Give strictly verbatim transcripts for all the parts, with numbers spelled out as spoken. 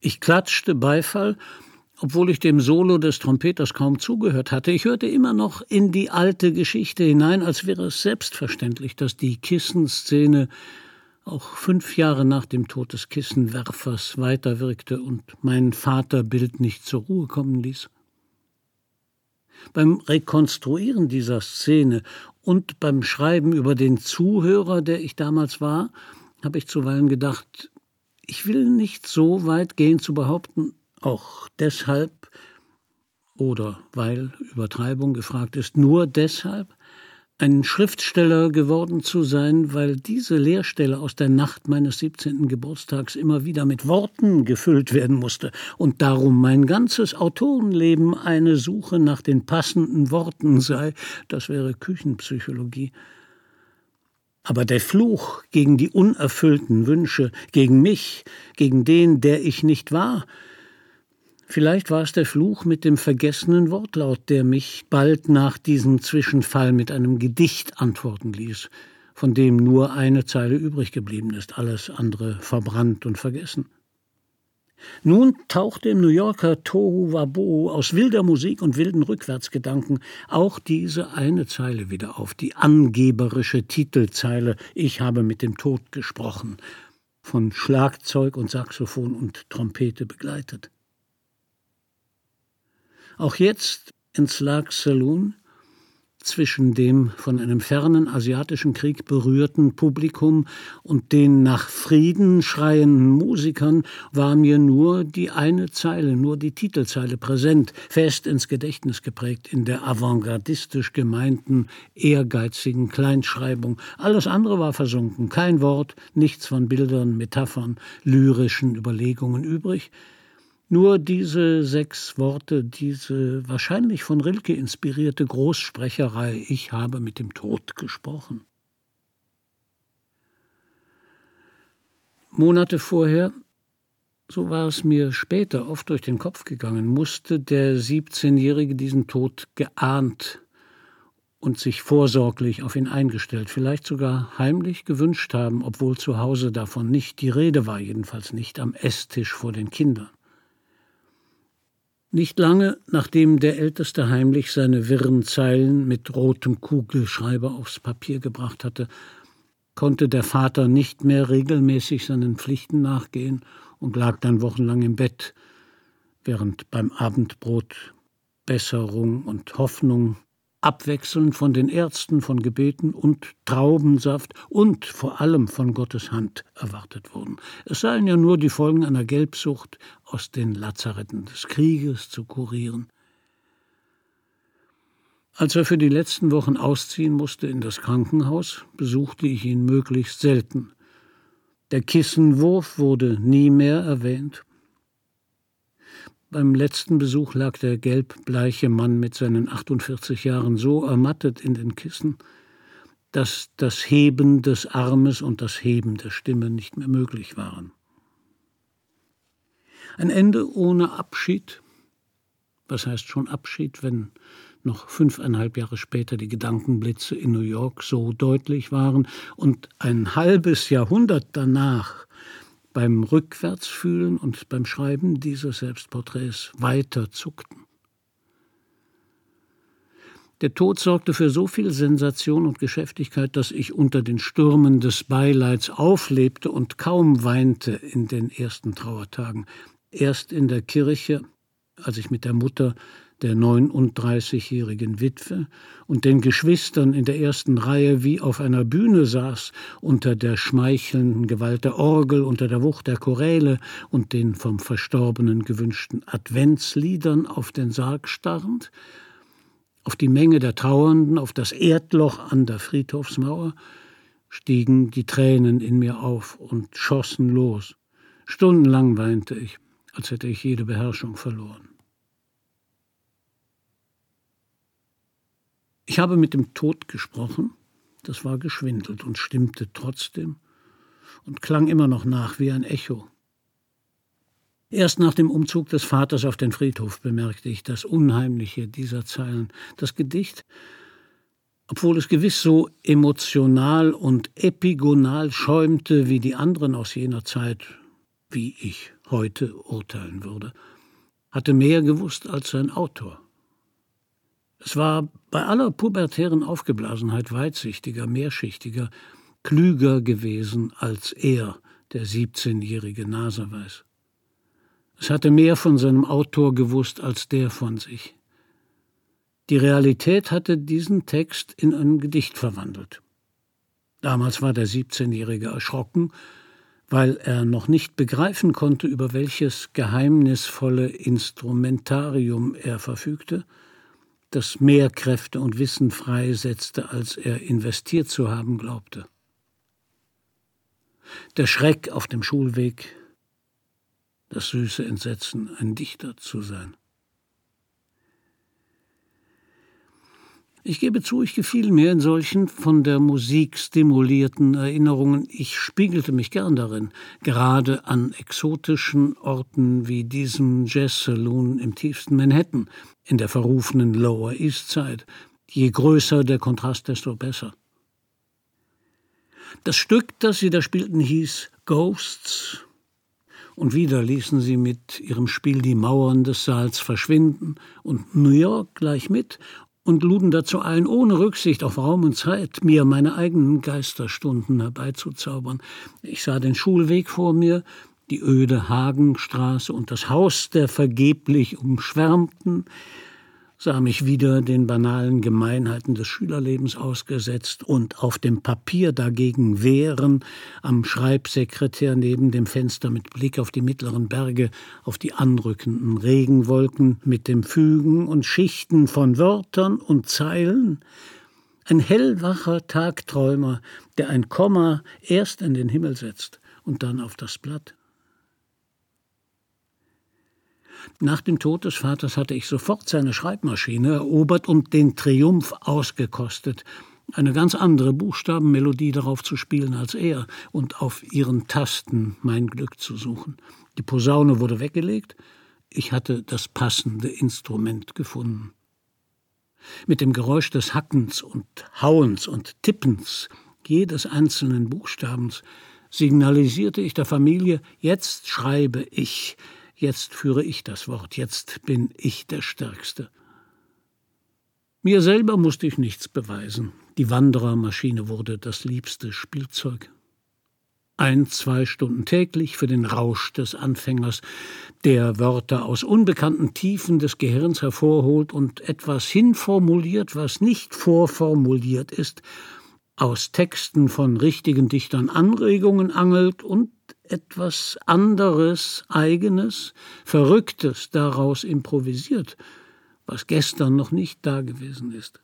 Ich klatschte Beifall, obwohl ich dem Solo des Trompeters kaum zugehört hatte. Ich hörte immer noch in die alte Geschichte hinein, als wäre es selbstverständlich, dass die Kissenszene auch fünf Jahre nach dem Tod des Kissenwerfers weiterwirkte und mein Vaterbild nicht zur Ruhe kommen ließ. Beim Rekonstruieren dieser Szene und beim Schreiben über den Zuhörer, der ich damals war, habe ich zuweilen gedacht, ich will nicht so weit gehen zu behaupten, auch deshalb oder weil Übertreibung gefragt ist, nur deshalb ein Schriftsteller geworden zu sein, weil diese Leerstelle aus der Nacht meines siebzehnten Geburtstags immer wieder mit Worten gefüllt werden musste und darum mein ganzes Autorenleben eine Suche nach den passenden Worten sei, das wäre Küchenpsychologie. Aber der Fluch gegen die unerfüllten Wünsche, gegen mich, gegen den, der ich nicht war, vielleicht war es der Fluch mit dem vergessenen Wortlaut, der mich bald nach diesem Zwischenfall mit einem Gedicht antworten ließ, von dem nur eine Zeile übrig geblieben ist, alles andere verbrannt und vergessen. Nun tauchte im New Yorker Tohuwabohu aus wilder Musik und wilden Rückwärtsgedanken auch diese eine Zeile wieder auf, die angeberische Titelzeile »Ich habe mit dem Tod gesprochen«, von Schlagzeug und Saxophon und Trompete begleitet. Auch jetzt in Slugs Saloon, zwischen dem von einem fernen asiatischen Krieg berührten Publikum und den nach Frieden schreienden Musikern, war mir nur die eine Zeile, nur die Titelzeile präsent, fest ins Gedächtnis geprägt in der avantgardistisch gemeinten, ehrgeizigen Kleinschreibung. Alles andere war versunken, kein Wort, nichts von Bildern, Metaphern, lyrischen Überlegungen übrig. Nur diese sechs Worte, diese wahrscheinlich von Rilke inspirierte Großsprecherei, ich habe mit dem Tod gesprochen. Monate vorher, so war es mir später oft durch den Kopf gegangen, musste der siebzehnjährige diesen Tod geahnt und sich vorsorglich auf ihn eingestellt, vielleicht sogar heimlich gewünscht haben, obwohl zu Hause davon nicht die Rede war, jedenfalls nicht am Esstisch vor den Kindern. Nicht lange, nachdem der Älteste heimlich seine wirren Zeilen mit rotem Kugelschreiber aufs Papier gebracht hatte, konnte der Vater nicht mehr regelmäßig seinen Pflichten nachgehen und lag dann wochenlang im Bett, während beim Abendbrot Besserung und Hoffnung abwechselnd von den Ärzten, von Gebeten und Traubensaft und vor allem von Gottes Hand erwartet wurden. Es seien ja nur die Folgen einer Gelbsucht aus den Lazaretten des Krieges zu kurieren. Als er für die letzten Wochen ausziehen musste in das Krankenhaus, besuchte ich ihn möglichst selten. Der Kissenwurf wurde nie mehr erwähnt. Beim letzten Besuch lag der gelbbleiche Mann mit seinen achtundvierzig Jahren so ermattet in den Kissen, dass das Heben des Armes und das Heben der Stimme nicht mehr möglich waren. Ein Ende ohne Abschied. Was heißt schon Abschied, wenn noch fünfeinhalb Jahre später die Gedankenblitze in New York so deutlich waren und ein halbes Jahrhundert danach beim Rückwärtsfühlen und beim Schreiben dieses Selbstporträts weiter zuckten. Der Tod sorgte für so viel Sensation und Geschäftigkeit, dass ich unter den Stürmen des Beileids auflebte und kaum weinte in den ersten Trauertagen. Erst in der Kirche, als ich mit der Mutter der neununddreißigjährigen Witwe und den Geschwistern in der ersten Reihe wie auf einer Bühne saß, unter der schmeichelnden Gewalt der Orgel, unter der Wucht der Choräle und den vom Verstorbenen gewünschten Adventsliedern auf den Sarg starrend, auf die Menge der Trauernden, auf das Erdloch an der Friedhofsmauer, stiegen die Tränen in mir auf und schossen los. Stundenlang weinte ich, als hätte ich jede Beherrschung verloren. Ich habe mit dem Tod gesprochen, das war geschwindelt und stimmte trotzdem und klang immer noch nach wie ein Echo. Erst nach dem Umzug des Vaters auf den Friedhof bemerkte ich das Unheimliche dieser Zeilen. Das Gedicht, obwohl es gewiss so emotional und epigonal schäumte wie die anderen aus jener Zeit, wie ich heute urteilen würde, hatte mehr gewusst als sein Autor. Es war bei aller pubertären Aufgeblasenheit weitsichtiger, mehrschichtiger, klüger gewesen als er, der siebzehnjährige Naseweiß. Es hatte mehr von seinem Autor gewusst als der von sich. Die Realität hatte diesen Text in ein Gedicht verwandelt. Damals war der siebzehnjährige erschrocken, weil er noch nicht begreifen konnte, über welches geheimnisvolle Instrumentarium er verfügte, das mehr Kräfte und Wissen freisetzte, als er investiert zu haben glaubte. Der Schreck auf dem Schulweg, das süße Entsetzen, ein Dichter zu sein. Ich gebe zu, ich gefiel mir in solchen von der Musik stimulierten Erinnerungen. Ich spiegelte mich gern darin, gerade an exotischen Orten wie diesem Jazz-Saloon im tiefsten Manhattan, in der verrufenen Lower East Side. Je größer der Kontrast, desto besser. Das Stück, das sie da spielten, hieß Ghosts. Und wieder ließen sie mit ihrem Spiel die Mauern des Saals verschwinden und New York gleich mit und luden dazu ein, ohne Rücksicht auf Raum und Zeit, mir meine eigenen Geisterstunden herbeizuzaubern. Ich sah den Schulweg vor mir, die öde Hagenstraße und das Haus der vergeblich Umschwärmten, sah mich wieder den banalen Gemeinheiten des Schülerlebens ausgesetzt und auf dem Papier dagegen wehren, am Schreibsekretär neben dem Fenster mit Blick auf die mittleren Berge, auf die anrückenden Regenwolken mit dem Fügen und Schichten von Wörtern und Zeilen. Ein hellwacher Tagträumer, der ein Komma erst in den Himmel setzt und dann auf das Blatt. Nach dem Tod des Vaters hatte ich sofort seine Schreibmaschine erobert und den Triumph ausgekostet, eine ganz andere Buchstabenmelodie darauf zu spielen als er und auf ihren Tasten mein Glück zu suchen. Die Posaune wurde weggelegt, ich hatte das passende Instrument gefunden. Mit dem Geräusch des Hackens und Hauens und Tippens jedes einzelnen Buchstabens signalisierte ich der Familie, jetzt schreibe ich, jetzt führe ich das Wort, jetzt bin ich der Stärkste. Mir selber musste ich nichts beweisen. Die Wanderermaschine wurde das liebste Spielzeug. Ein, zwei Stunden täglich für den Rausch des Anfängers, der Wörter aus unbekannten Tiefen des Gehirns hervorholt und etwas hinformuliert, was nicht vorformuliert ist, aus Texten von richtigen Dichtern Anregungen angelt und etwas anderes, Eigenes, Verrücktes daraus improvisiert, was gestern noch nicht dagewesen ist.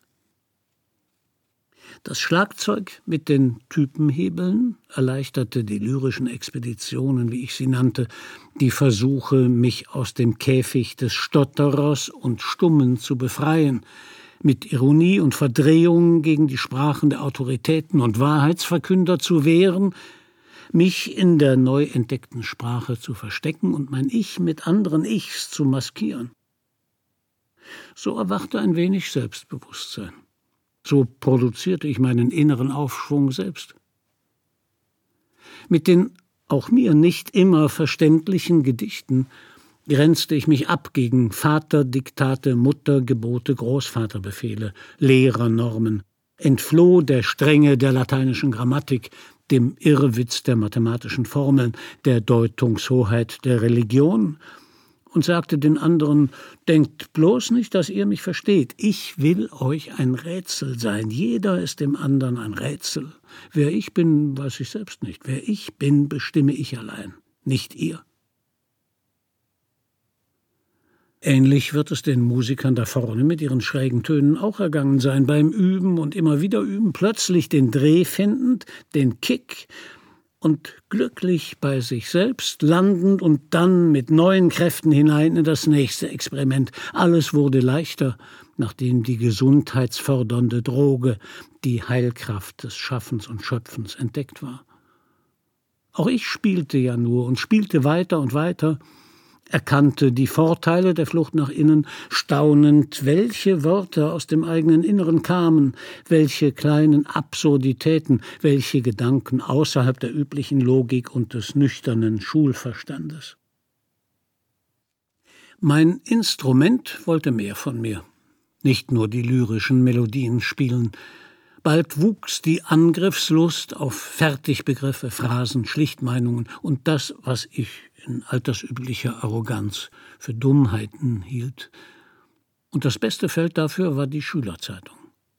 Das Schlagzeug mit den Typenhebeln erleichterte die lyrischen Expeditionen, wie ich sie nannte, die Versuche, mich aus dem Käfig des Stotterers und Stummen zu befreien, mit Ironie und Verdrehung gegen die Sprachen der Autoritäten und Wahrheitsverkünder zu wehren, mich in der neu entdeckten Sprache zu verstecken und mein Ich mit anderen Ichs zu maskieren. So erwachte ein wenig Selbstbewusstsein. So produzierte ich meinen inneren Aufschwung selbst. Mit den auch mir nicht immer verständlichen Gedichten grenzte ich mich ab gegen Vaterdiktate, Muttergebote, Großvaterbefehle, Lehrernormen, entfloh der Strenge der lateinischen Grammatik, dem Irrwitz der mathematischen Formeln, der Deutungshoheit der Religion und sagte den anderen, denkt bloß nicht, dass ihr mich versteht. Ich will euch ein Rätsel sein. Jeder ist dem anderen ein Rätsel. Wer ich bin, weiß ich selbst nicht. Wer ich bin, bestimme ich allein, nicht ihr. Ähnlich wird es den Musikern da vorne mit ihren schrägen Tönen auch ergangen sein, beim Üben und immer wieder üben, plötzlich den Dreh findend, den Kick und glücklich bei sich selbst landend und dann mit neuen Kräften hinein in das nächste Experiment. Alles wurde leichter, nachdem die gesundheitsfördernde Droge, die Heilkraft des Schaffens und Schöpfens entdeckt war. Auch ich spielte ja nur und spielte weiter und weiter. erkannte die Vorteile der Flucht nach innen, staunend, welche Wörter aus dem eigenen Inneren kamen, welche kleinen Absurditäten, welche Gedanken außerhalb der üblichen Logik und des nüchternen Schulverstandes. Mein Instrument wollte mehr von mir, nicht nur die lyrischen Melodien spielen. Bald wuchs die Angriffslust auf Fertigbegriffe, Phrasen, Schlichtmeinungen und das, was ich in altersüblicher Arroganz für Dummheiten hielt. Und das beste Feld dafür war die Schülerzeitung.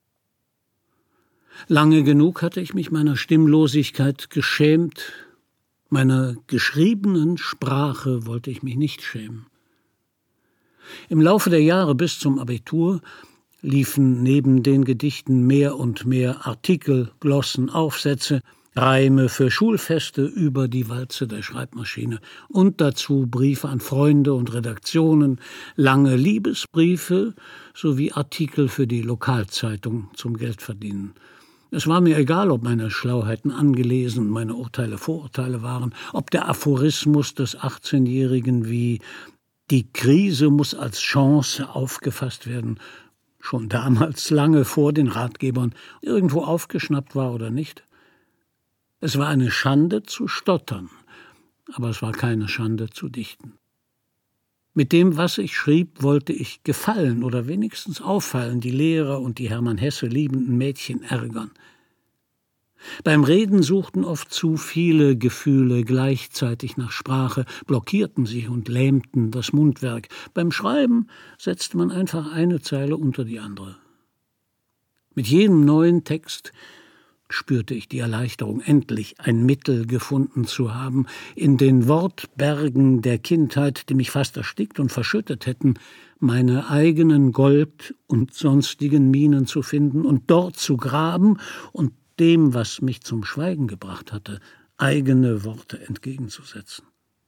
Lange genug hatte ich mich meiner Stimmlosigkeit geschämt, meiner geschriebenen Sprache wollte ich mich nicht schämen. Im Laufe der Jahre bis zum Abitur liefen neben den Gedichten mehr und mehr Artikel, Glossen, Aufsätze, Reime für Schulfeste über die Walze der Schreibmaschine und dazu Briefe an Freunde und Redaktionen, lange Liebesbriefe sowie Artikel für die Lokalzeitung zum Geldverdienen. Es war mir egal, ob meine Schlauheiten angelesen, meine Urteile Vorurteile waren, ob der Aphorismus des achtzehnjährigen wie »Die Krise muss als Chance aufgefasst werden«, schon damals lange vor den Ratgebern, irgendwo aufgeschnappt war oder nicht. Es war eine Schande zu stottern, aber es war keine Schande zu dichten. Mit dem, was ich schrieb, wollte ich gefallen oder wenigstens auffallen, die Lehrer und die Hermann Hesse liebenden Mädchen ärgern. Beim Reden suchten oft zu viele Gefühle gleichzeitig nach Sprache, blockierten sich und lähmten das Mundwerk. Beim Schreiben setzte man einfach eine Zeile unter die andere. Mit jedem neuen Text spürte ich die Erleichterung, endlich ein Mittel gefunden zu haben, in den Wortbergen der Kindheit, die mich fast erstickt und verschüttet hätten, meine eigenen Gold- und sonstigen Minen zu finden und dort zu graben und dem, was mich zum Schweigen gebracht hatte, eigene Worte entgegenzusetzen.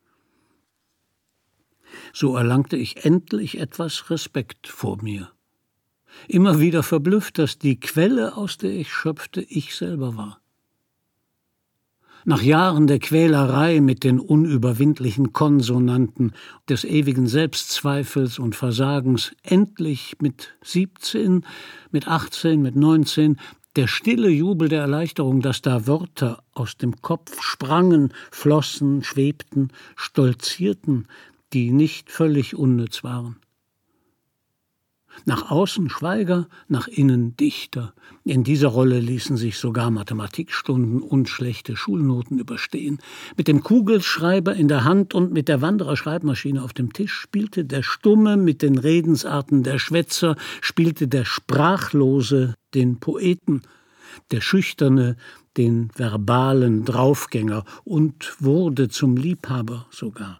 So erlangte ich endlich etwas Respekt vor mir. Immer wieder verblüfft, dass die Quelle, aus der ich schöpfte, ich selber war. Nach Jahren der Quälerei mit den unüberwindlichen Konsonanten, des ewigen Selbstzweifels und Versagens, endlich mit siebzehn, mit achtzehn, mit neunzehn, der stille Jubel der Erleichterung, dass da Wörter aus dem Kopf sprangen, flossen, schwebten, stolzierten, die nicht völlig unnütz waren. Nach außen Schweiger, nach innen Dichter. In dieser Rolle ließen sich sogar Mathematikstunden und schlechte Schulnoten überstehen. Mit dem Kugelschreiber in der Hand und mit der Wandererschreibmaschine auf dem Tisch spielte der Stumme mit den Redensarten der Schwätzer, spielte der Sprachlose den Poeten, der Schüchterne den verbalen Draufgänger und wurde zum Liebhaber sogar.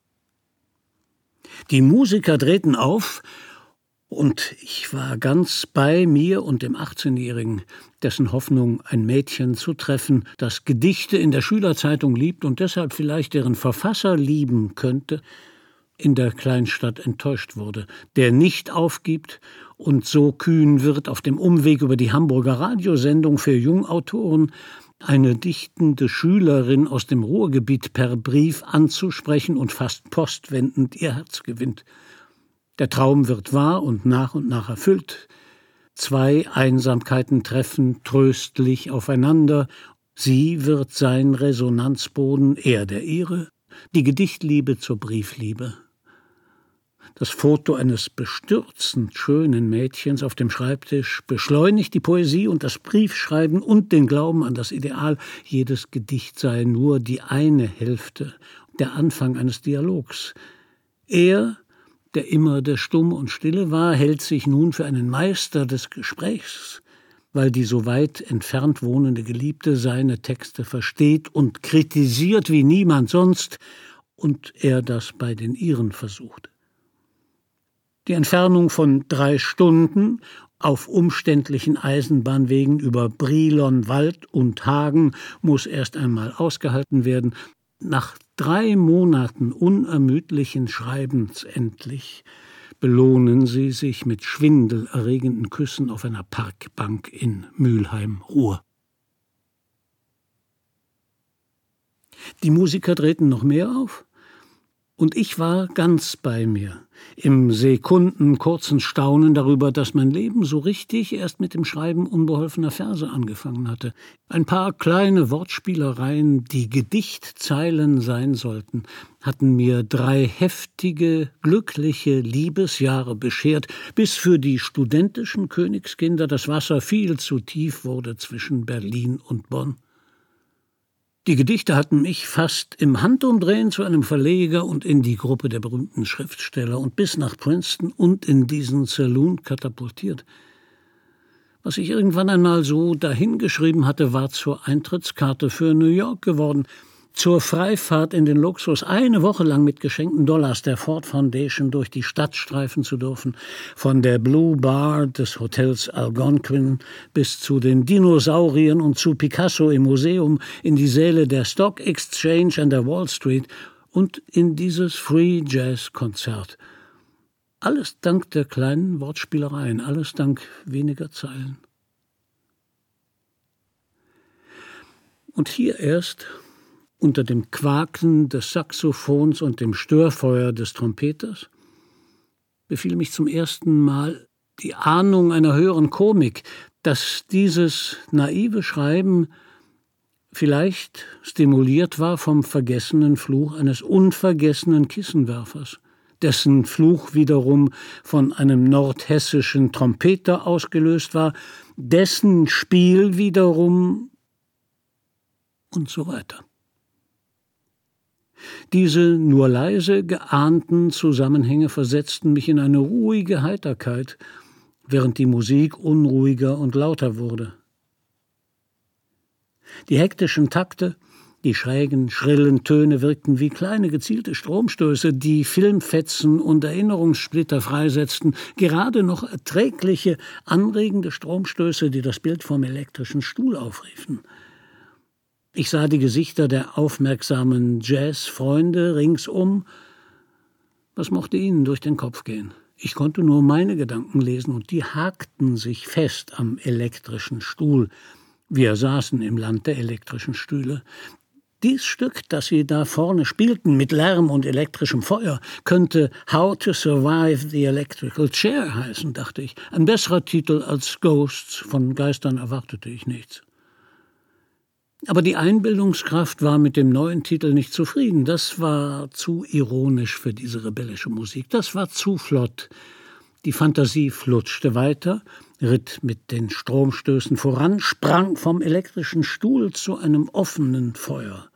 Die Musiker drehten auf, und ich war ganz bei mir und dem achtzehnjährigen, dessen Hoffnung, ein Mädchen zu treffen, das Gedichte in der Schülerzeitung liebt und deshalb vielleicht deren Verfasser lieben könnte, in der Kleinstadt enttäuscht wurde, der nicht aufgibt und so kühn wird, auf dem Umweg über die Hamburger Radiosendung für Jungautoren eine dichtende Schülerin aus dem Ruhrgebiet per Brief anzusprechen und fast postwendend ihr Herz gewinnt. Der Traum wird wahr und nach und nach erfüllt. Zwei Einsamkeiten treffen tröstlich aufeinander. Sie wird sein Resonanzboden, er der ihre, die Gedichtliebe zur Briefliebe. Das Foto eines bestürzend schönen Mädchens auf dem Schreibtisch beschleunigt die Poesie und das Briefschreiben und den Glauben an das Ideal. Jedes Gedicht sei nur die eine Hälfte, der Anfang eines Dialogs. Er, der immer der Stumme und Stille war, hält sich nun für einen Meister des Gesprächs, weil die so weit entfernt wohnende Geliebte seine Texte versteht und kritisiert wie niemand sonst und er das bei den ihren versucht. Die Entfernung von drei Stunden auf umständlichen Eisenbahnwegen über Brilon, Wald und Hagen muss erst einmal ausgehalten werden. Nach drei Monaten unermüdlichen Schreibens endlich belohnen sie sich mit schwindelerregenden Küssen auf einer Parkbank in Mülheim, Ruhr. Die Musiker treten noch mehr auf. Und ich war ganz bei mir, im sekundenkurzen Staunen darüber, dass mein Leben so richtig erst mit dem Schreiben unbeholfener Verse angefangen hatte. Ein paar kleine Wortspielereien, die Gedichtzeilen sein sollten, hatten mir drei heftige, glückliche Liebesjahre beschert, bis für die studentischen Königskinder das Wasser viel zu tief wurde zwischen Berlin und Bonn. Die Gedichte hatten mich fast im Handumdrehen zu einem Verleger und in die Gruppe der berühmten Schriftsteller und bis nach Princeton und in diesen Saloon katapultiert. Was ich irgendwann einmal so dahingeschrieben hatte, war zur Eintrittskarte für New York geworden, zur Freifahrt in den Luxus, eine Woche lang mit geschenkten Dollars der Ford Foundation durch die Stadt streifen zu dürfen, von der Blue Bar des Hotels Algonquin bis zu den Dinosauriern und zu Picasso im Museum, in die Säle der Stock Exchange an der Wall Street und in dieses Free Jazz Konzert. Alles dank der kleinen Wortspielereien, alles dank weniger Zeilen. Und hier erst, unter dem Quaken des Saxophons und dem Störfeuer des Trompeters, befiel mich zum ersten Mal die Ahnung einer höheren Komik, dass dieses naive Schreiben vielleicht stimuliert war vom vergessenen Fluch eines unvergessenen Kissenwerfers, dessen Fluch wiederum von einem nordhessischen Trompeter ausgelöst war, dessen Spiel wiederum und so weiter. Diese nur leise geahnten Zusammenhänge versetzten mich in eine ruhige Heiterkeit, während die Musik unruhiger und lauter wurde. Die hektischen Takte, die schrägen, schrillen Töne wirkten wie kleine gezielte Stromstöße, die Filmfetzen und Erinnerungssplitter freisetzten, gerade noch erträgliche, anregende Stromstöße, die das Bild vom elektrischen Stuhl aufriefen. Ich sah die Gesichter der aufmerksamen Jazzfreunde ringsum. Was mochte ihnen durch den Kopf gehen? Ich konnte nur meine Gedanken lesen, und die hakten sich fest am elektrischen Stuhl. Wir saßen im Land der elektrischen Stühle. Dies Stück, das sie da vorne spielten, mit Lärm und elektrischem Feuer, könnte How to Survive the Electrical Chair heißen, dachte ich. Ein besserer Titel als Ghosts, von Geistern erwartete ich nichts. Aber die Einbildungskraft war mit dem neuen Titel nicht zufrieden. Das war zu ironisch für diese rebellische Musik. Das war zu flott. Die Fantasie flutschte weiter, ritt mit den Stromstößen voran, sprang vom elektrischen Stuhl zu einem offenen Feuer.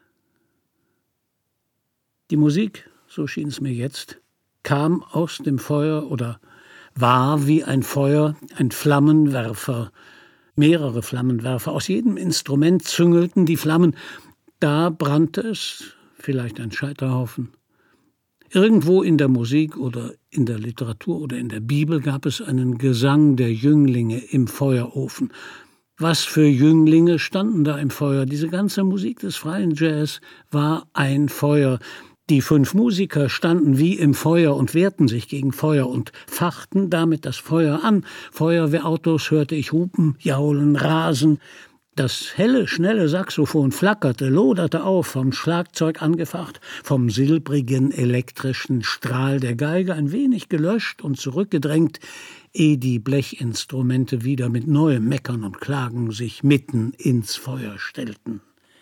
Die Musik, so schien es mir jetzt, kam aus dem Feuer oder war wie ein Feuer, ein Flammenwerfer, mehrere Flammenwerfer. Aus jedem Instrument züngelten die Flammen. Da brannte es, vielleicht ein Scheiterhaufen. Irgendwo in der Musik oder in der Literatur oder in der Bibel gab es einen Gesang der Jünglinge im Feuerofen. Was für Jünglinge standen da im Feuer? Diese ganze Musik des freien Jazz war ein Feuer. Die fünf Musiker standen wie im Feuer und wehrten sich gegen Feuer und fachten damit das Feuer an. Feuerwehrautos hörte ich hupen, jaulen, rasen. Das helle, schnelle Saxophon flackerte, loderte auf, vom Schlagzeug angefacht, vom silbrigen elektrischen Strahl der Geige ein wenig gelöscht und zurückgedrängt, ehe die Blechinstrumente wieder mit neuem Meckern und Klagen sich mitten ins Feuer stellten.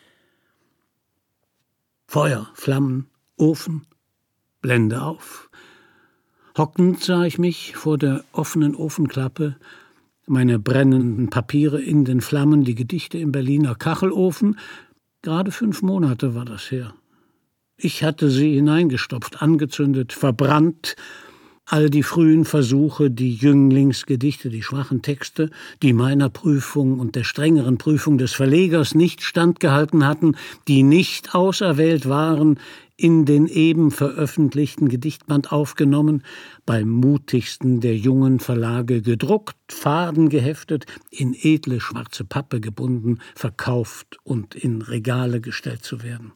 Feuer, Flammen, Ofen, Blende auf. Hockend sah ich mich vor der offenen Ofenklappe, meine brennenden Papiere in den Flammen, die Gedichte im Berliner Kachelofen. Gerade fünf Monate war das her. Ich hatte sie hineingestopft, angezündet, verbrannt. All die frühen Versuche, die Jünglingsgedichte, die schwachen Texte, die meiner Prüfung und der strengeren Prüfung des Verlegers nicht standgehalten hatten, die nicht auserwählt waren, in den eben veröffentlichten Gedichtband aufgenommen, beim mutigsten der jungen Verlage gedruckt, Faden geheftet, in edle schwarze Pappe gebunden, verkauft und in Regale gestellt zu werden.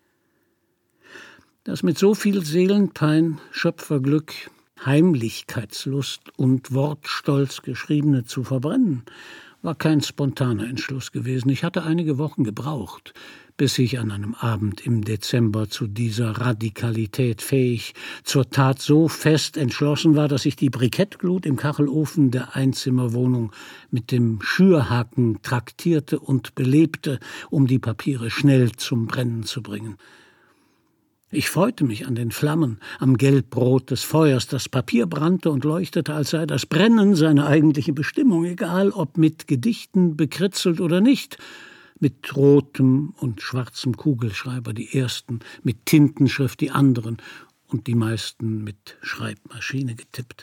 Das mit so viel Seelenpein, Schöpferglück, Heimlichkeitslust und Wortstolz geschriebene zu verbrennen, war kein spontaner Entschluss gewesen. Ich hatte einige Wochen gebraucht, bis ich an einem Abend im Dezember zu dieser Radikalität fähig, zur Tat so fest entschlossen war, dass ich die Brikettglut im Kachelofen der Einzimmerwohnung mit dem Schürhaken traktierte und belebte, um die Papiere schnell zum Brennen zu bringen. Ich freute mich an den Flammen, am Gelbrot des Feuers. Das Papier brannte und leuchtete, als sei das Brennen seine eigentliche Bestimmung, egal ob mit Gedichten bekritzelt oder nicht. Mit rotem und schwarzem Kugelschreiber die ersten, mit Tintenschrift die anderen und die meisten mit Schreibmaschine getippt.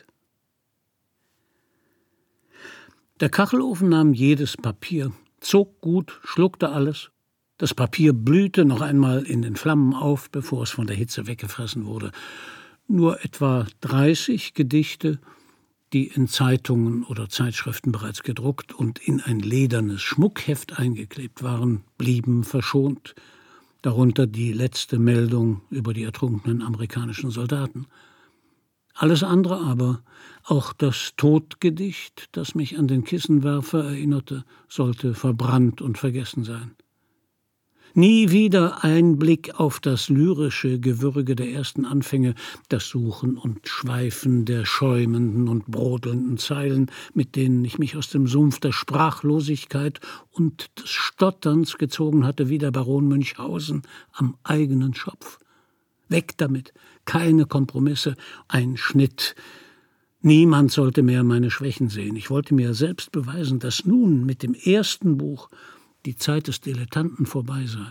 Der Kachelofen nahm jedes Papier, zog gut, schluckte alles. Das Papier blühte noch einmal in den Flammen auf, bevor es von der Hitze weggefressen wurde. Nur etwa dreißig Gedichte, die in Zeitungen oder Zeitschriften bereits gedruckt und in ein ledernes Schmuckheft eingeklebt waren, blieben verschont. Darunter die letzte Meldung über die ertrunkenen amerikanischen Soldaten. Alles andere aber, auch das Todgedicht, das mich an den Kissenwerfer erinnerte, sollte verbrannt und vergessen sein. Nie wieder ein Blick auf das lyrische Gewürge der ersten Anfänge, das Suchen und Schweifen der schäumenden und brodelnden Zeilen, mit denen ich mich aus dem Sumpf der Sprachlosigkeit und des Stotterns gezogen hatte, wie der Baron Münchhausen am eigenen Schopf. Weg damit, keine Kompromisse, ein Schnitt. Niemand sollte mehr meine Schwächen sehen. Ich wollte mir selbst beweisen, dass nun mit dem ersten Buch die Zeit des Dilettanten vorbei sei.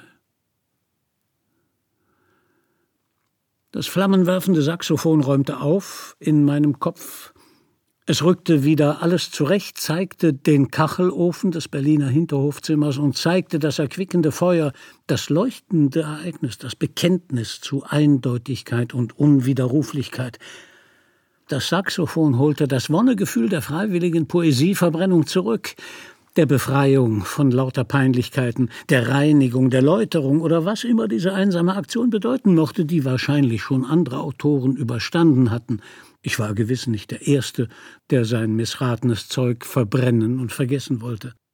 Das flammenwerfende Saxophon räumte auf in meinem Kopf. Es rückte wieder alles zurecht, zeigte den Kachelofen des Berliner Hinterhofzimmers und zeigte das erquickende Feuer, das leuchtende Ereignis, das Bekenntnis zu Eindeutigkeit und Unwiderruflichkeit. Das Saxophon holte das Wonnegefühl der freiwilligen Poesieverbrennung zurück, der Befreiung von lauter Peinlichkeiten, der Reinigung, der Läuterung oder was immer diese einsame Aktion bedeuten mochte, die wahrscheinlich schon andere Autoren überstanden hatten. Ich war gewiss nicht der Erste, der sein missratenes Zeug verbrennen und vergessen wollte.